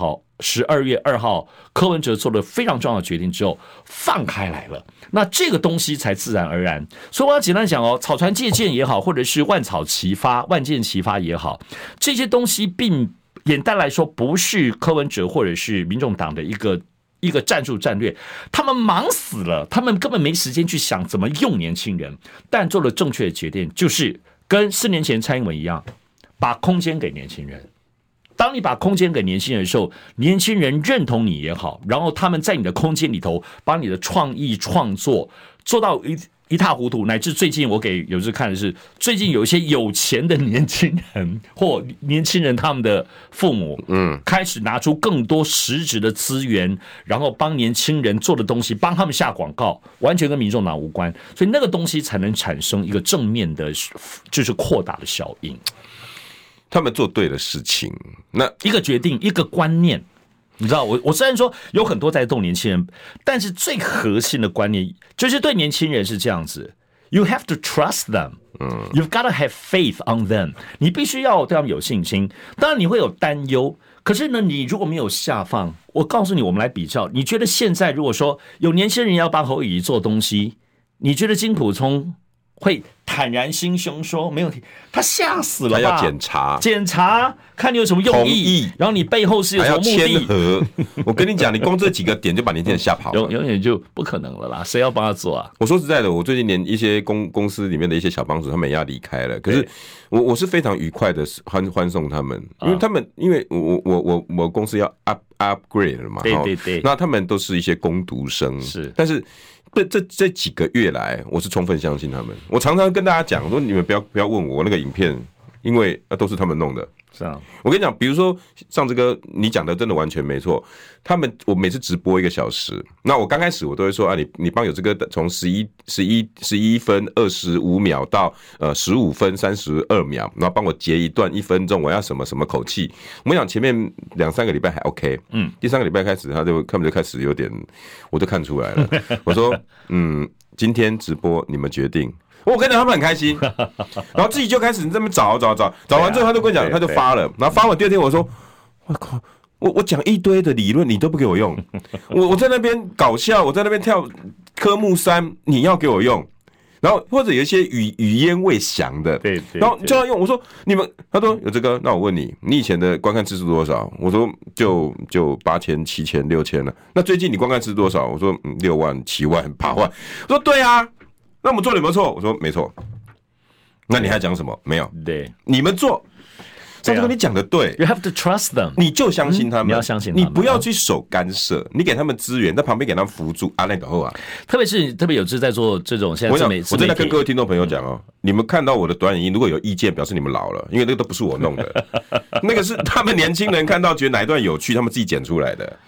12月2号柯文哲做了非常重要的决定之后放开来了，那这个东西才自然而然。所以我要简单讲草船借箭也好，或者是万草齐发、万箭齐发也好，这些东西并简单来说不是柯文哲或者是民众党的一个战术战略，他们忙死了，他们根本没时间去想怎么用年轻人，但做了正确的决定，就是跟4年前蔡英文一样，把空间给年轻人。当你把空间给年轻人的时候，年轻人认同你也好，然后他们在你的空间里头把你的创意创作做到一塌糊涂，乃至最近我给有志看的是，最近有一些有钱的年轻人或年轻人他们的父母，开始拿出更多实质的资源，然后帮年轻人做的东西，帮他们下广告，完全跟民众党无关，所以那个东西才能产生一个正面的，就是扩大的效应。 他们做对的事情，那一个决定，一个观念，你知道，我虽然说有很多在动年轻人，但是最核心的观念就是对年轻人是这样子 ：You have to trust them, you've got to have faith on them。你必须要对他们有信心。当然你会有担忧，可是呢，你如果没有下放，我告诉你，我们来比较，你觉得现在如果说有年轻人要帮侯友宜做东西，你觉得金溥聪会坦然心胸说没问题？他吓死了吧？ 他要检查， 看你有什么用意，然后你背后是有什么目的？ 还要签合。我跟你讲，你光这几个点就把年轻人吓跑了， 永远就不可能了啦！谁要帮他做啊？ 我说实在的，我最近连一些公司里面的一些小帮手，他们也要离开了。可是我是非常愉快的欢送他们，因为我公司要 upgrade 了嘛， 对， 那他们都是一些工读生， 是， 但是。这几个月来，我是充分相信他们。我常常跟大家讲，我说你们不要问我那个影片，因为都是他们弄的。 是啊， 我跟你讲，比如说上这个你讲的真的完全没错。我每次直播1个小时，那我刚开始我都会说你帮有这个从11分25秒到15分32秒，然后帮我截一段1分钟，我要什么什么口气。我跟你讲，前面2-3个礼拜还 OK，第3个礼拜开始他们就开始有点，我就看出来了。我说今天直播你们决定。我跟着他们很开心，然后自己就开始在那边找完之后，他就跟我讲，他就发了，然后发完第2天我说，我靠，我讲一堆的理论你都不给我用，我在那边搞笑，我在那边跳科目3，你要给我用，然后或者有一些语焉未详的， 对， 然后就要用，我说你们，他说有这个，那我问你以前的观看次数多少？我说就8000、7000、6000了。那最近你观看次数多少？我说6万、7万、8万。我说对啊。那我们做的有没有错？我说没错。那你还讲什么？没有。 对， 你们做，这个你讲的对。 You have to trust them， 你就相信他们， 你要相信他们， 你不要去手干涉，你给他们资源，在旁边给他们辅助那个后啊。特别有志在做这种现在自媒体， 我真的跟各位听众朋友讲你们看到我的短影音，如果有意见，表示你们老了，因为那个都不是我弄的，那个是他们年轻人看到觉得哪一段有趣，他们自己剪出来的。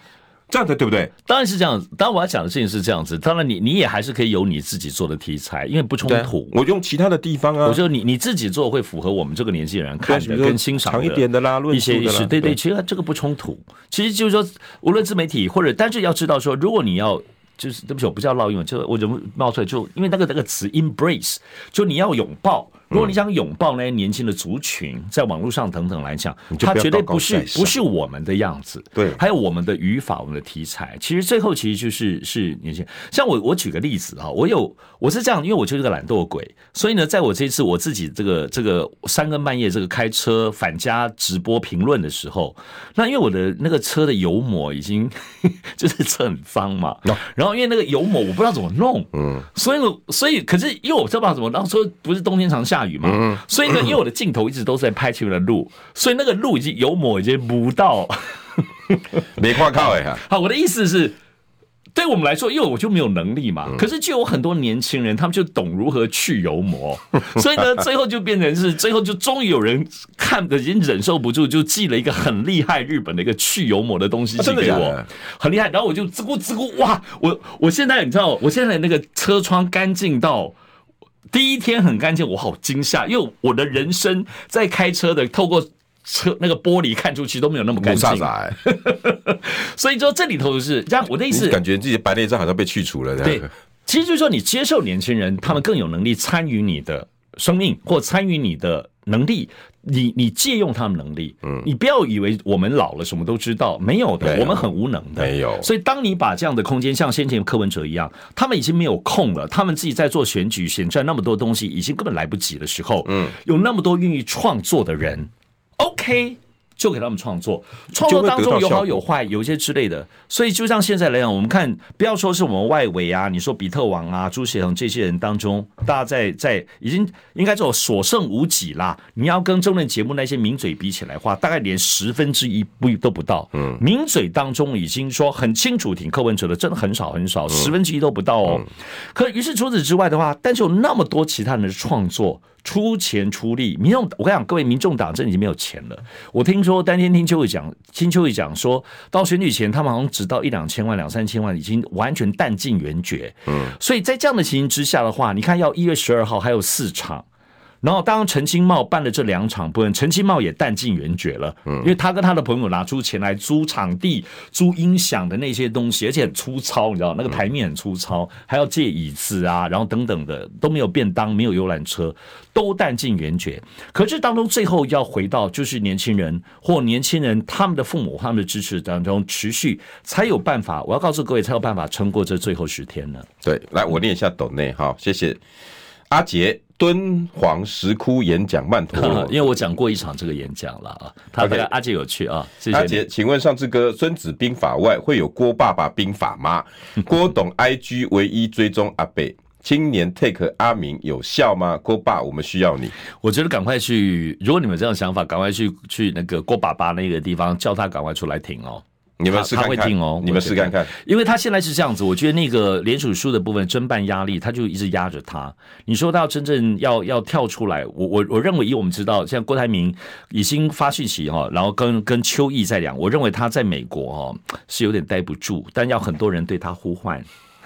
这样的对不对？ 当然是这样。当然我要讲的事情是这样子。当然你也还是可以有你自己做的题材，因为不冲突。 我用其他的地方啊， 我觉得你自己做会符合我们这个年纪人看的跟欣赏的长一点的啦， 一些意识。对，其实这个不冲突。其实就是说，无论自媒体或者，但是要知道说，如果你要。就是对不起，我不叫烙印，就我怎么冒出来？就因为那个词 embrace， 就你要拥抱。如果你想拥抱那些年轻的族群，在网络上等等来讲，它绝对不是我们的样子。 对， 还有我们的语法、我们的题材，其实最后其实是年轻人。像我举个例子哈，我是这样，因为我就是个懒惰鬼，所以呢，在我这一次我自己这个3更半夜这个开车返家直播评论的时候，那因为我的那个车的油膜已经就是车很脏嘛，然后因为那个油膜我不知道怎么弄，所以可是因为我不知道怎么，然后说不是冬天常下雨嘛，所以呢，因为我的镜头一直都是在拍前面的路，所以那个路已经油膜已经不到， 没看靠哎。 好，我的意思是，对我们来说，因为我就没有能力嘛，可是就有很多年轻人，他们就懂如何去油膜，所以呢，最后就变成是，最后就终于有人看的已经忍受不住，就寄了一个很厉害日本的一个去油膜的东西寄给我，很厉害，然后我就吱咕哇，我现在你知道，我现在那个车窗干净到。第一天很干净，我好惊吓，因为我的人生在开车的透过车那个玻璃看出去都没有那么干净，所以说这里头是这样。我的意思， 感觉自己的白内障好像被去除了。 对，其实就是说你接受年轻人，他们更有能力参与你的生命或参与你的能力。你借用他们能力，你不要以为我们老了什么都知道，没有的，我们很无能的， 没有。 所以当你把这样的空间，像先前柯文哲一样，他们已经没有空了，他们自己在做选举、选战那么多东西，已经根本来不及的时候，有那么多愿意创作的人 ，OK。就给他们创作当中有好有坏，有一些之类的，所以就像现在来讲，我们看，不要说是我们外围啊，你说比特王啊、朱协恒这些人当中，大家在已经应该说所剩无几啦。你要跟政论节目那些名嘴比起来的话，大概连1/10都不到。名嘴当中已经说很清楚挺柯文哲的，真的很少，1/10都不到哦。可于是除此之外的话，但是有那么多其他人的创作。出钱出力，我跟你讲，各位民众党真的已经没有钱了。我听说当天听邱毅讲说，到选举前他们好像只到1-2千万、2-3千万，已经完全弹尽援绝。所以在这样的情形之下的话，你看要1月12号还有4场。然后，当陈清茂办了这2场部分，陈清茂也弹尽援绝了，因为他跟他的朋友拿出钱来租场地、租音响的那些东西，而且很粗糙，你知道那个台面很粗糙，还要借椅子啊，然后等等的都没有便当，没有游览车，都弹尽援绝。可是当中最后要回到就是年轻人或年轻人他们的父母、他们的支持当中持续，才有办法。我要告诉各位，才有办法撑过这最后10天呢。 对，来我念一下斗内哈，谢谢阿杰。敦煌石窟演讲曼陀罗， 因为我讲过一场这个演讲了啊，他这个阿杰有趣啊，谢谢阿杰，请问上次哥，孙子兵法外会有郭爸爸兵法吗？郭董 IG 唯一追踪阿北，青年 take 阿明有效吗？郭爸，我们需要你。 我觉得赶快去，如果你们有这样的想法，赶快去那个郭爸爸那个地方，叫他赶快出来挺哦。 你们试看看， 他会听哦， 你们试看看， 因为他现在是这样子，我觉得那个联署书的部分侦办压力，他就一直压着他。你说他要真正要跳出来，我认为以我们知道，像郭台铭已经发讯息哈，然后跟邱毅在讲，我认为他在美国哈是有点待不住，但要很多人对他呼唤。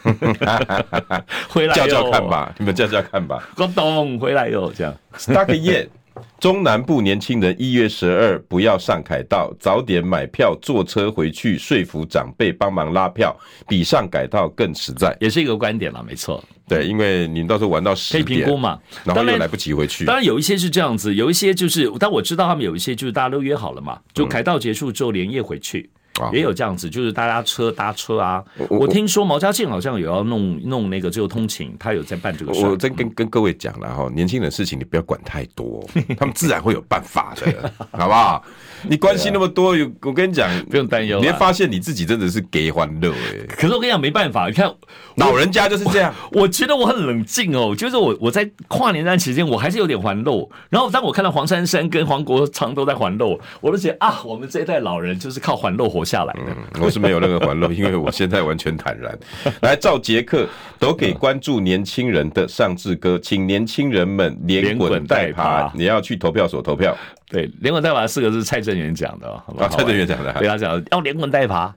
回来叫叫看吧，你们叫叫看吧。 郭董回来哟，这样。 Stark 燕。中南部年轻人1月12不要上凯道，早点买票坐车回去，说服长辈帮忙拉票，比上凯道更实在， 也是一个观点啦，没错。 对，因为你到时候玩到10点， 可以评估嘛， 然后又来不及回去。 当然有一些是这样子，有一些就是，但我知道他们有一些就是大家都约好了嘛，就凯道结束之后连夜回去。也有这样子，就是大家搭车啊。我听说毛家健好像有要弄那个自由通勤，他有在办这个事。 我真跟各位讲了哈，年轻人的事情你不要管太多，他们自然会有办法的，好不好？你关心那么多，我跟你讲， 不用担忧。 你会发现你自己真的是给欢乐可是我跟你讲，没办法，你看老人家就是这样。 我觉得我很冷静哦，就是我在跨年那段期间，我还是有点环漏。然后当我看到黄珊珊跟黄国昌都在环漏，我都觉得啊，我们这一代老人就是靠环漏活活下来的。 我是没有任何环漏，因为我现在完全坦然。来，赵杰克都给关注年轻人的上志哥，请年轻人们连滚带爬，你要去投票所投票。 对，连滚带爬4个字蔡正元讲的，好不好？ 蔡正元讲的， 对他讲要连滚带爬。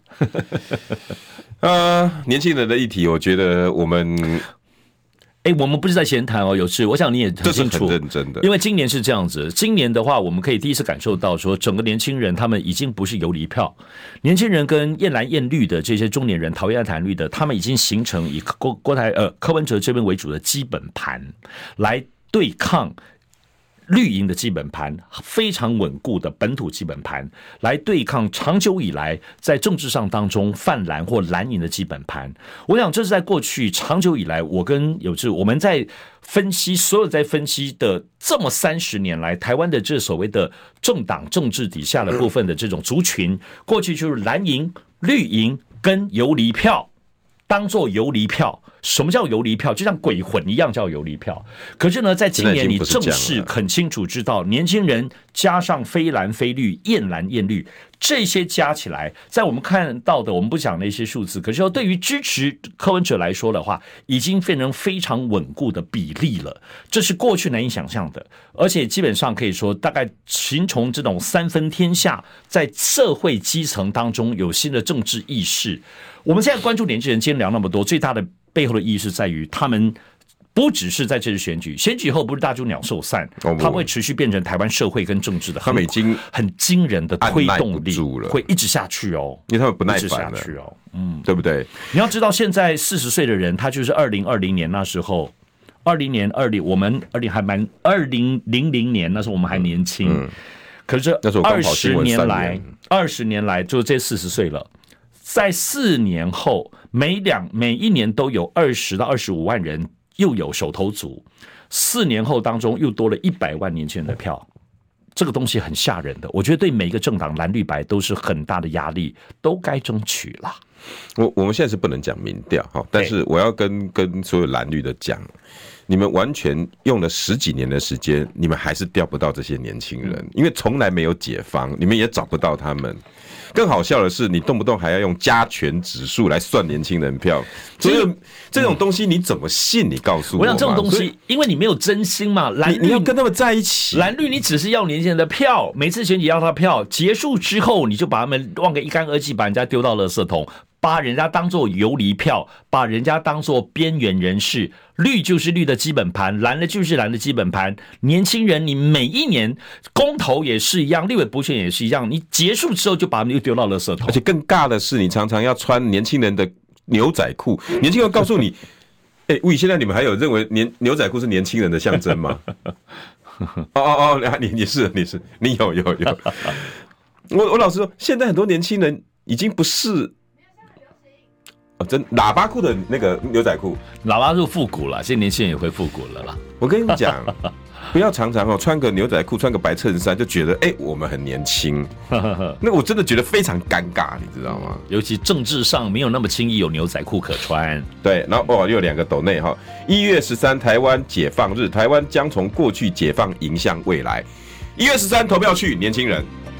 年轻人的议题，我觉得我们。 我们不是在闲谈哦，有事，我想你也很清楚， 这是很认真的。 因为今年是这样子，今年的话，我们可以第一次感受到说，整个年轻人他们已经不是游离票，年轻人跟厌蓝厌绿的这些中年人，讨厌蓝绿的，他们已经形成以柯文哲这边为主的基本盘来对抗。绿营的基本盘非常稳固的本土基本盘，来对抗长久以来在政治上当中泛蓝或蓝营的基本盘。我想这是在过去长久以来，我跟有志我们在分析所有在分析的这么30年来，台湾的这所谓的政党政治底下的部分的这种族群，过去就是蓝营、绿营跟游离票。当作游离票，什么叫游离票？就像鬼魂一样叫游离票。可是呢，在今年你正式很清楚知道，年轻人加上非蓝非绿、厌蓝厌绿，这些加起来，在我们看到的，我们不讲那些数字，可是对于支持柯文哲来说的话，已经变成非常稳固的比例了。这是过去难以想象的，而且基本上可以说，大概形成这种3分天下，在社会基层当中有新的政治意识。我们现在关注年轻人，今天聊那么多，最大的背后的意义是在于他们不只是在这次选举，选举后不是大猪鸟兽散，它会持续变成台湾社会跟政治的很惊人的推动力，会一直下去哦， 因为他们不耐烦了，对不对？ 你要知道，现在40岁的人，他就是2020年那时候，20年我们2000年那时候我们还年轻，可是20年来就这40岁了。在4年后，每一年都有20到25万人又有手头族，4年后当中又多了100万年轻人的票，这个东西很吓人的。我觉得对每一个政党蓝绿白都是很大的压力，都该争取啦。 我们现在是不能讲民调哈，但是我要跟所有蓝绿的讲，你们完全用了10几年的时间，你们还是调不到这些年轻人，因为从来没有解放，你们也找不到他们。更好笑的是，你动不动还要用加权指数来算年轻人票，所以这种东西你怎么信？你告诉我。 我想这种东西，因为你没有真心嘛， 你要跟他们在一起。 蓝绿你只是要年轻人的票，每次选举要他票，结束之后你就把他们忘个一干二净，把人家丢到垃圾桶。把人家当作游离票，把人家当作边缘人士，绿就是绿的基本盘，蓝的就是蓝的基本盘。年轻人，你每一年公投也是一样，立委补选也是一样，你结束之后就把他们又丢到垃圾桶。 而且更尬的是，你常常要穿年轻人的牛仔裤，年轻人告诉你，喂，现在你们还有认为牛仔裤是年轻人的象征吗？你有。我老实说，现在很多年轻人已经不是。真喇叭裤的那个牛仔裤， 喇叭裤复古了，现在年轻人也会复古了啦。 我跟你讲，不要常常穿个牛仔裤、穿个白衬衫就觉得我们很年轻，那我真的觉得非常尴尬，你知道吗？ 尤其政治上没有那么轻易有牛仔裤可穿。 对，然后又有2个斗内哈，1月13台湾解放日，台湾将从过去解放迎向未来。1月13投票去，年轻人。